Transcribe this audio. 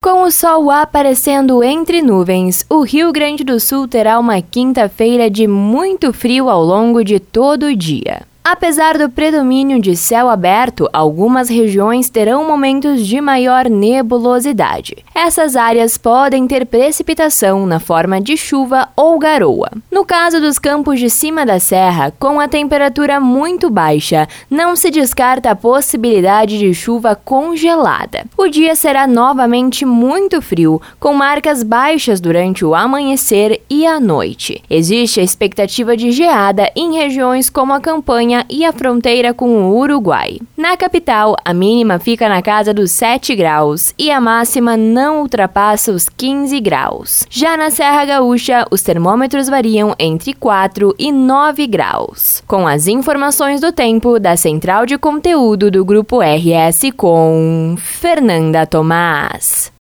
Com o sol aparecendo entre nuvens, o Rio Grande do Sul terá uma quinta-feira de muito frio ao longo de todo o dia. Apesar do predomínio de céu aberto, algumas regiões terão momentos de maior nebulosidade. Essas áreas podem ter precipitação na forma de chuva ou garoa. No caso dos campos de cima da serra, com a temperatura muito baixa, não se descarta a possibilidade de chuva congelada. O dia será novamente muito frio, com marcas baixas durante o amanhecer e a noite. Existe a expectativa de geada em regiões como a Campanha e a fronteira com o Uruguai. Na capital, a mínima fica na casa dos 7 graus e a máxima não ultrapassa os 15 graus. Já na Serra Gaúcha, os termômetros variam entre 4 e 9 graus. Com as informações do tempo da Central de Conteúdo do Grupo RS com Fernanda Tomás.